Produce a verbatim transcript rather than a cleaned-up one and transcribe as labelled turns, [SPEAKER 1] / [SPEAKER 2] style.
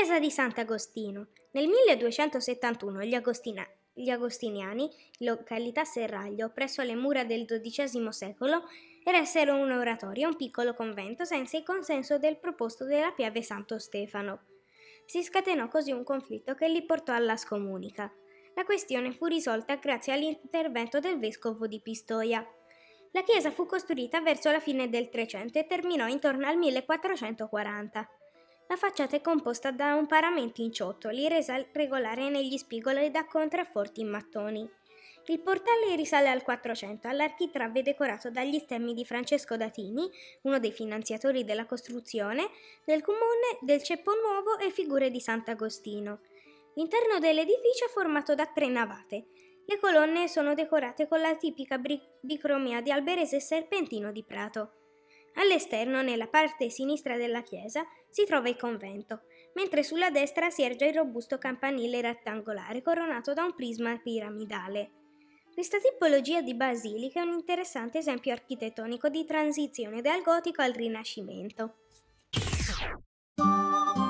[SPEAKER 1] Chiesa di Sant'Agostino. Nel milleduecentosettantuno gli, Agostina- gli Agostiniani, in località Serraglio, presso le mura del dodicesimo secolo, eressero un oratorio e un piccolo convento senza il consenso del proposto della pieve Santo Stefano. Si scatenò così un conflitto che li portò alla scomunica. La questione fu risolta grazie all'intervento del vescovo di Pistoia. La chiesa fu costruita verso la fine del Trecento e terminò intorno al millequattrocentoquaranta. La facciata è composta da un paramento in ciottoli, resa regolare negli spigoli e da contrafforti in mattoni. Il portale risale al Quattrocento, all'architrave decorato dagli stemmi di Francesco Datini, uno dei finanziatori della costruzione, del comune del Ceppo Nuovo e figure di Sant'Agostino. L'interno dell'edificio è formato da tre navate. Le colonne sono decorate con la tipica bicromia di Alberese e Serpentino di Prato. All'esterno, nella parte sinistra della chiesa, si trova il convento, mentre sulla destra si erge il robusto campanile rettangolare coronato da un prisma piramidale. Questa tipologia di basilica è un interessante esempio architettonico di transizione dal gotico al Rinascimento.